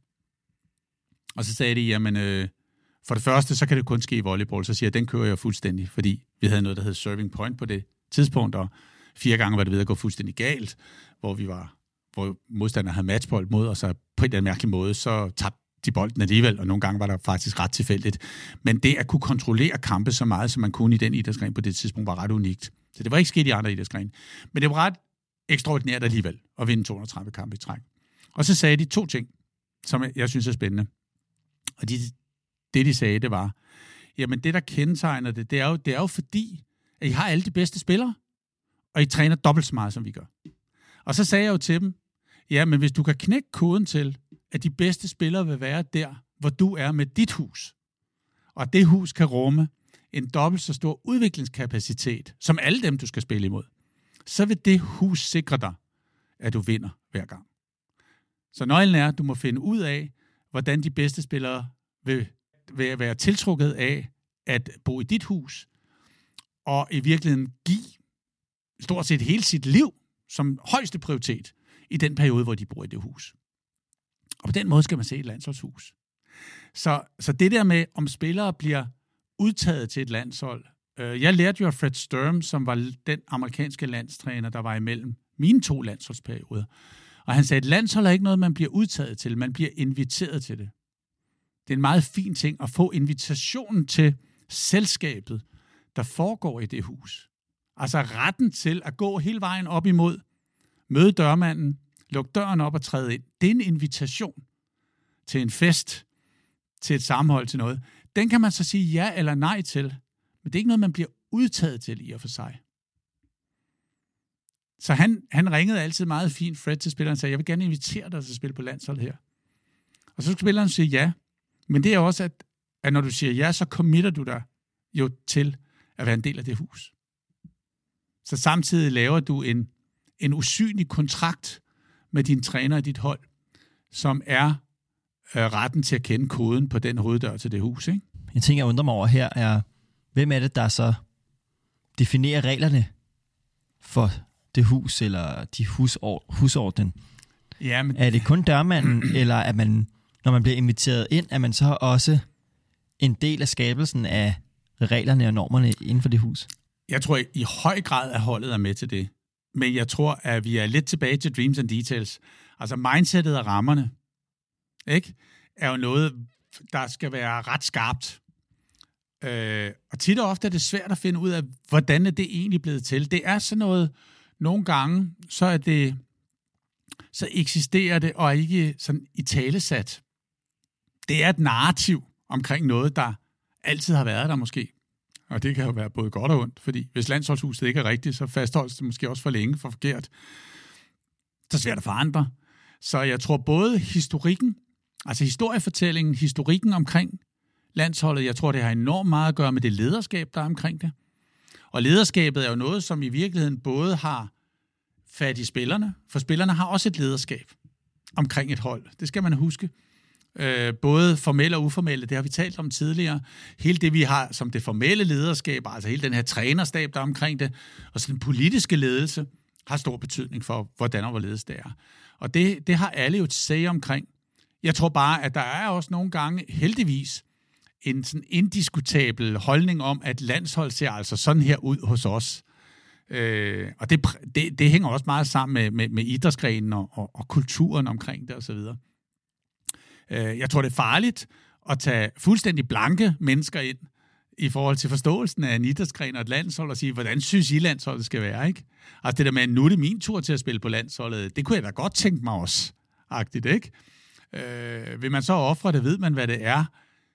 Og så sagde de, jamen, øh, for det første, så kan det kun ske i volleyball. Så siger jeg, den kører jeg fuldstændig, fordi vi havde noget, der hed serving point på det tidspunkt, og fire gange var det ved at gå fuldstændig galt, hvor vi var, hvor modstanderne havde matchbold mod, og så på en eller anden mærkelig måde, så tabte de bolden alligevel, og nogle gange var der faktisk ret tilfældigt. Men det at kunne kontrollere kampe så meget, som man kunne i den idrætsgren på det tidspunkt, var ret unikt. Så det var ikke sket i andre idrætsgrene. Men det var ret ekstraordinært alligevel at vinde to hundrede og tredive kampe i træk. Og så sagde de to ting, som jeg synes er spændende. Og de, det, de sagde, det var, jamen det, der kendetegner det, det er jo, det er jo fordi, at I har alle de bedste spillere, og I træner dobbelt så meget, som vi gør. Og så sagde jeg jo til dem, ja, men hvis du kan knække koden til, at de bedste spillere vil være der, hvor du er med dit hus, og det hus kan rumme en dobbelt så stor udviklingskapacitet, som alle dem, du skal spille imod, så vil det hus sikre dig, at du vinder hver gang. Så nøglen er, at du må finde ud af, hvordan de bedste spillere vil, vil være tiltrukket af at bo i dit hus, og i virkeligheden give stort set hele sit liv som højeste prioritet i den periode, hvor de bor i det hus. Og på den måde skal man se et landsholdshus. Så, så det der med, om spillere bliver udtaget til et landshold. Øh, jeg lærte jo af Fred Sturm, som var den amerikanske landstræner, der var imellem mine to landsholdsperioder. Og han sagde, at et landshold er ikke noget, man bliver udtaget til. Man bliver inviteret til det. Det er en meget fin ting at få invitationen til selskabet, der foregår i det hus. Altså retten til at gå hele vejen op imod, møde dørmanden, lukke døren op og træde ind. Det er en invitation til en fest, til et sammenhold, til noget. Den kan man så sige ja eller nej til, men det er ikke noget, man bliver udtaget til i og for sig. Så han, han ringede altid meget fint Fred til spilleren og sagde, jeg vil gerne invitere dig til at spille på landshold her. Og så skulle spilleren sige ja, men det er også, at, at når du siger ja, så committer du dig jo til at være en del af det hus. Så samtidig laver du en, en usynlig kontrakt med din træner og dit hold, som er øh, retten til at kende koden på den hoveddør til det hus. Ikke? En ting, jeg undrer mig over her, er, hvem er det, der så definerer reglerne for det hus, eller de husord, husorden? Ja, men... Er det kun dørmanden, eller er man, når man bliver inviteret ind, er man så også en del af skabelsen af reglerne og normerne inden for det hus? Jeg tror i, i høj grad, at holdet er med til det. Men jeg tror, at vi er lidt tilbage til dreams and details. Altså mindsetet og rammerne, ikke, er jo noget, der skal være ret skarpt. Øh, og tit og ofte er det svært at finde ud af, hvordan er det egentlig blevet til. Det er sådan noget, nogle gange, så er det, så eksisterer det, og er ikke sådan italesat. Det er et narrativ omkring noget, der altid har været der måske. Og det kan jo være både godt og ondt, fordi hvis landsholdshuset ikke er rigtigt, så fastholdes det måske også for længe, for forkert. Så svært at forandre. Så jeg tror både historikken, altså historiefortællingen, historikken omkring landsholdet, jeg tror, det har enormt meget at gøre med det lederskab, der er omkring det. Og lederskabet er jo noget, som i virkeligheden både har fat i spillerne, for spillerne har også et lederskab omkring et hold. Det skal man huske. Øh, både formelle og uformelle, det har vi talt om tidligere. Hele det, vi har som det formelle lederskab, altså hele den her trænerstab, der er omkring det, og så den politiske ledelse, har stor betydning for, hvordan og hvorledes det er. Og det, det har alle jo et sag omkring. Jeg tror bare, at der er også nogle gange, heldigvis, en sådan indiskutabel holdning om, at landshold ser altså sådan her ud hos os. Øh, og det, det, det hænger også meget sammen med, med, med idrætsgrenen og, og, og kulturen omkring det osv. Øh, jeg tror, det er farligt at tage fuldstændig blanke mennesker ind i forhold til forståelsen af en idrætsgren og et landshold og sige, hvordan synes I landsholdet skal være, ikke? Altså det der med, nu er det min tur til at spille på landsholdet, det kunne jeg da godt tænke mig også, agtigt, ikke? Øh, vil man så ofre det, ved man, hvad det er.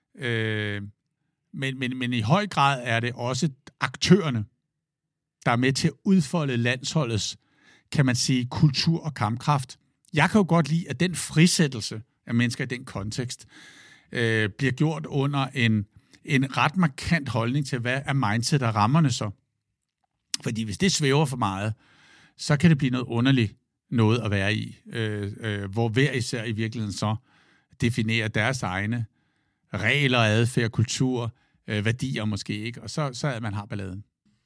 Øh, men, men, men i høj grad er det også aktørerne, der er med til at udfolde landsholdets, kan man sige, kultur og kampkraft. Jeg kan jo godt lide, at den frisættelse af mennesker i den kontekst øh, bliver gjort under en, en ret markant holdning til, hvad er mindset og rammerne så. Fordi hvis det svæver for meget, så kan det blive noget underligt noget at være i, øh, øh, hvor hver især i virkeligheden så definerer deres egne regler, adfærd, kultur, øh, værdier måske ikke, og så, så er man har balladen.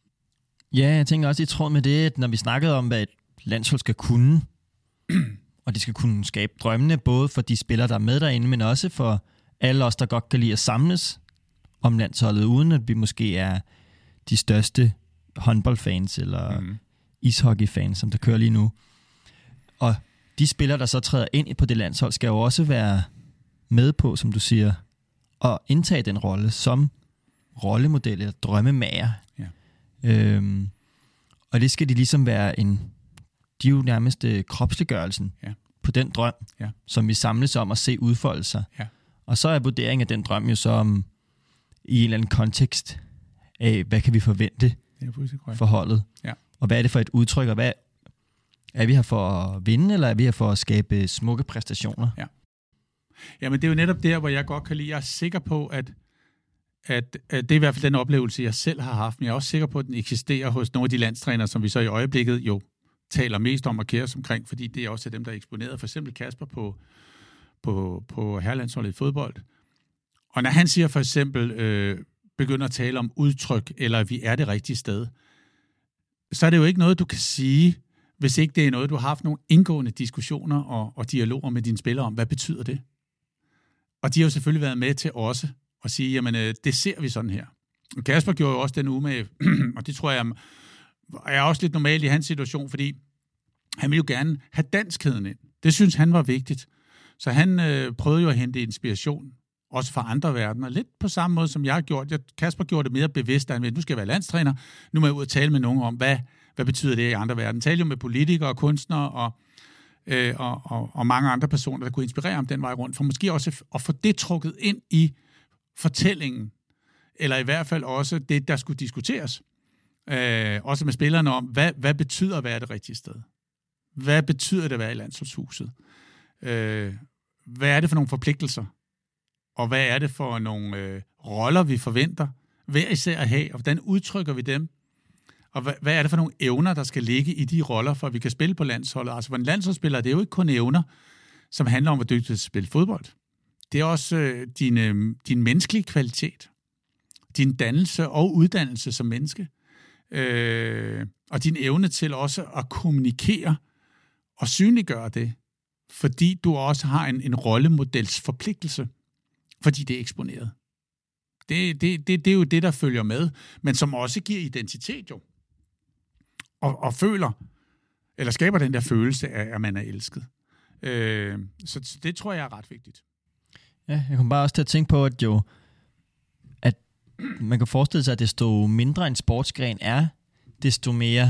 Ja, jeg tænker også i tråd med det, at når vi snakkede om, hvad et landshold skal kunne, og de skal kunne skabe drømmene, både for de spillere, der er med derinde, men også for alle os, der godt kan lide at samles om landsholdet, uden at vi måske er de største håndboldfans eller mm. ishockeyfans, som der kører lige nu. Og de spillere, der så træder ind på det landshold, skal jo også være med på, som du siger, at indtage den rolle som rollemodel eller drømmemager. Ja. Øhm, og det skal de ligesom være en, de er jo nærmest øh, kropsliggørelsen ja. På den drøm, ja. Som vi samles om at se udfolde sig. Ja. Og så er vurderingen af den drøm jo så om, i en eller anden kontekst af, hvad kan vi forvente for holdet? Ja. Og hvad er det for et udtryk, og hvad er vi her for at vinde, eller er vi her for at skabe smukke præstationer? Ja. Jamen det er jo netop der, hvor jeg godt kan lide. Jeg er sikker på, at, at, at det er i hvert fald den oplevelse, jeg selv har haft, men jeg er også sikker på, at den eksisterer hos nogle af de landstrænere, som vi så i øjeblikket jo taler mest om og kærer os omkring, fordi det er også dem, der er eksponeret. For eksempel Kasper på, på, på herrelandsholdet i fodbold. Og når han siger for eksempel, øh, begynder at tale om udtryk, eller at vi er det rigtige sted, så er det jo ikke noget, du kan sige, hvis ikke det er noget, du har haft nogle indgående diskussioner og, og dialoger med dine spillere om. Hvad betyder det? Og de har jo selvfølgelig været med til også at sige, jamen øh, det ser vi sådan her. Og Kasper gjorde jo også den umage, og det tror jeg er også lidt normalt i hans situation, fordi han ville jo gerne have danskheden ind. Det synes han var vigtigt. Så han øh, prøvede jo at hente inspiration, også fra andre verdener. Lidt på samme måde, som jeg har gjort. Jeg, Kasper gjorde det mere bevidst, at han nu skal jeg være landstræner. Nu må jeg ud og tale med nogen om, hvad, hvad betyder det i andre verden. Tale jo med politikere og kunstnere og, øh, og, og, og mange andre personer, der kunne inspirere ham den vej rundt. For måske også at få det trukket ind i fortællingen. Eller i hvert fald også det, der skulle diskuteres. Øh, også med spillerne om, hvad, hvad betyder at være det rigtige sted? Hvad betyder det at være i landsholdshuset? Øh, hvad er det for nogle forpligtelser? Og hvad er det for nogle øh, roller, vi forventer hver især at have? Og hvordan udtrykker vi dem? Og hvad, hvad er det for nogle evner, der skal ligge i de roller, for at vi kan spille på landsholdet? Altså for en landsholdsspiller, det er jo ikke kun evner, som handler om, hvor dygtig du spille fodbold. Det er også øh, din, øh, din menneskelige kvalitet. Din dannelse og uddannelse som menneske. Øh, og din evne til også at kommunikere og synliggøre det. Fordi du også har en, en rollemodels forpligtelse. Fordi det er eksponeret. Det, det, det, det er jo det, der følger med, men som også giver identitet jo. Og, og føler, eller skaber den der følelse af, at man er elsket. Øh, så det tror jeg er ret vigtigt. Ja, jeg kom bare også til at tænke på, at jo, at man kan forestille sig, at desto mindre en sportsgren er, desto mere,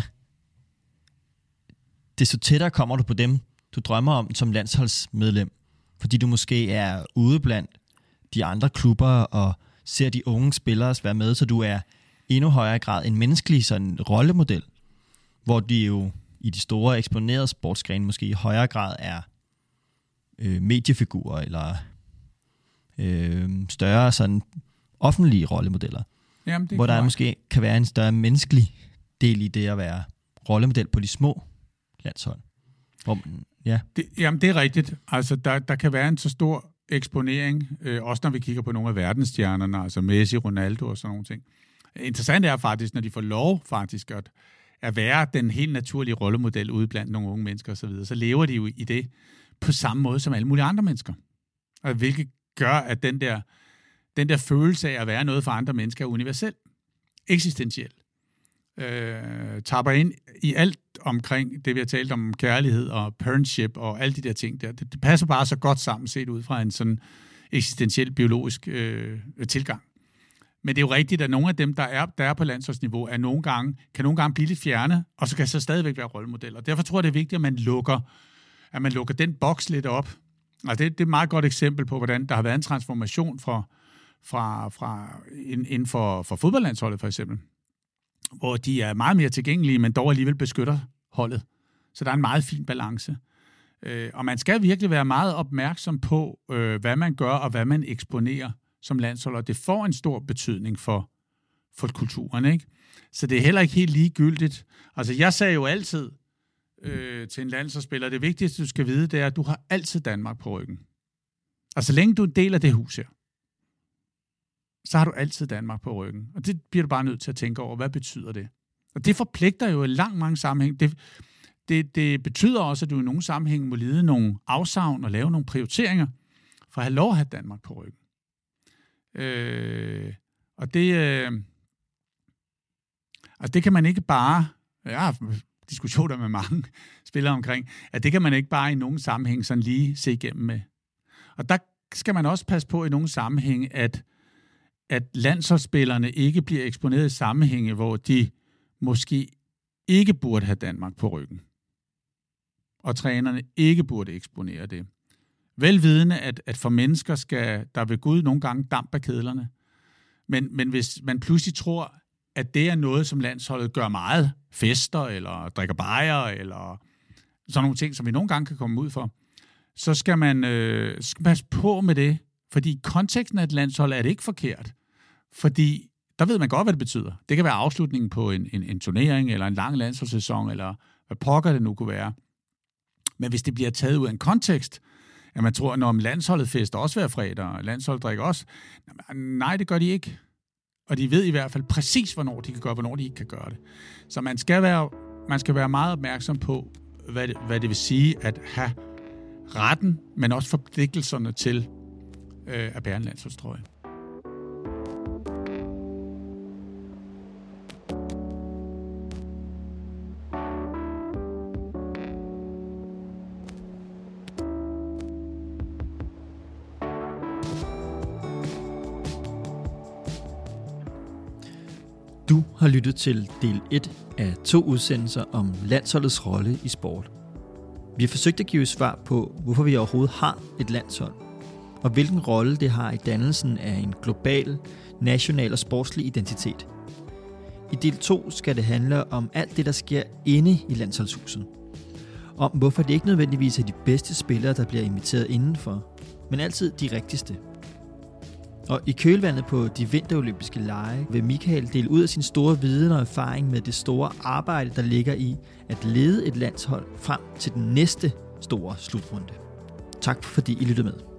desto tættere kommer du på dem, du drømmer om som landsholdsmedlem. Fordi du måske er ude blandt de andre klubber og ser de unge spillere være med, så du er endnu højere grad en menneskelig sådan rollemodel, hvor de jo i de store eksponerede sportsgrene måske i højere grad er øh, mediefigurer eller øh, større sådan offentlige rollemodeller. Jamen, hvor der er måske kan være en større menneskelig del i det at være rollemodel på de små landshold. Hvor man, ja. Det, jamen, det er rigtigt. Altså, der, der kan være en så stor eksponering, øh, også når vi kigger på nogle af verdensstjernerne, altså Messi, Ronaldo og sådan nogle ting. Interessant er faktisk, når de får lov faktisk at, at være den helt naturlige rollemodel ude blandt nogle unge mennesker osv., så, videre, så lever de jo i det på samme måde som alle mulige andre mennesker. Og hvilket gør, at den der, den der følelse af at være noget for andre mennesker er universel, eksistentiel. Øh, tapper ind i alt omkring det, vi har talt om kærlighed og parentship og alle de der ting der. Det, det passer bare så godt sammen set ud fra en sådan eksistentiel biologisk øh, tilgang. Men det er jo rigtigt, at nogle af dem, der er, der er på landsholdsniveau, er nogle gange, kan nogle gange blive lidt fjerne, og så kan så stadigvæk være rollemodeller. Derfor tror jeg, det er vigtigt, at man lukker, at man lukker den boks lidt op. Og det, det er et meget godt eksempel på, hvordan der har været en transformation fra, fra, fra inden for, for fodboldlandsholdet for eksempel, hvor de er meget mere tilgængelige, men dog alligevel beskytter holdet. Så der er en meget fin balance. Øh, og man skal virkelig være meget opmærksom på, øh, hvad man gør, og hvad man eksponerer som landshold, og det får en stor betydning for, for kulturen, ikke? Så det er heller ikke helt ligegyldigt. Altså, jeg sagde jo altid øh, til en landsholdsspiller, det vigtigste, du skal vide, det er, at du har altid Danmark på ryggen. Altså, så længe du er en del af det hus her, så har du altid Danmark på ryggen. Og det bliver du bare nødt til at tænke over, hvad betyder det? Og det forpligter jo i langt mange sammenhæng. Det, det, det betyder også, at du i nogle sammenhæng må lide nogle afsavn og lave nogle prioriteringer, for at have lov at have Danmark på ryggen. Øh, og det, øh, altså det kan man ikke bare, jeg har diskussioner med mange spillere omkring, at det kan man ikke bare i nogen sammenhæng sådan lige se igennem med. Og der skal man også passe på i nogle sammenhæng, at, at landsholdsspillerne ikke bliver eksponeret i sammenhænge, hvor de måske ikke burde have Danmark på ryggen. Og trænerne ikke burde eksponere det. Velvidende, at, at for mennesker skal der ved Gud nogle gange damp af kedlerne. Men, men hvis man pludselig tror, at det er noget, som landsholdet gør meget, fester eller drikker bajer eller sådan nogle ting, som vi nogle gange kan komme ud for, så skal man øh, skal passe på med det, fordi i konteksten af et landshold er det ikke forkert. Fordi der ved man godt, hvad det betyder. Det kan være afslutningen på en, en, en turnering eller en lang landsholdssæson, eller hvad pokker det nu kunne være. Men hvis det bliver taget ud af en kontekst, at man tror, når landsholdet fester også hver fredag, og landsholdet drikker også. Nej, det gør de ikke. Og de ved i hvert fald præcis, hvornår de kan gøre, hvornår de ikke kan gøre det. Så man skal være, man skal være meget opmærksom på, hvad det, hvad det vil sige at have retten, men også forpligtelserne til øh, at bære en landsholdstrøje. Du har lyttet til del et af to udsendelser om landsholdets rolle i sport. Vi har forsøgt at give svar på, hvorfor vi overhovedet har et landshold, og hvilken rolle det har i dannelsen af en global, national og sportslig identitet. I del to skal det handle om alt det, der sker inde i landsholdshuset. Om hvorfor det ikke nødvendigvis er de bedste spillere, der bliver inviteret indenfor, men altid de rigtigste. Og i kølvandet på de vinterolympiske lege vil Michael dele ud af sin store viden og erfaring med det store arbejde, der ligger i at lede et landshold frem til den næste store slutrunde. Tak fordi I lyttede med.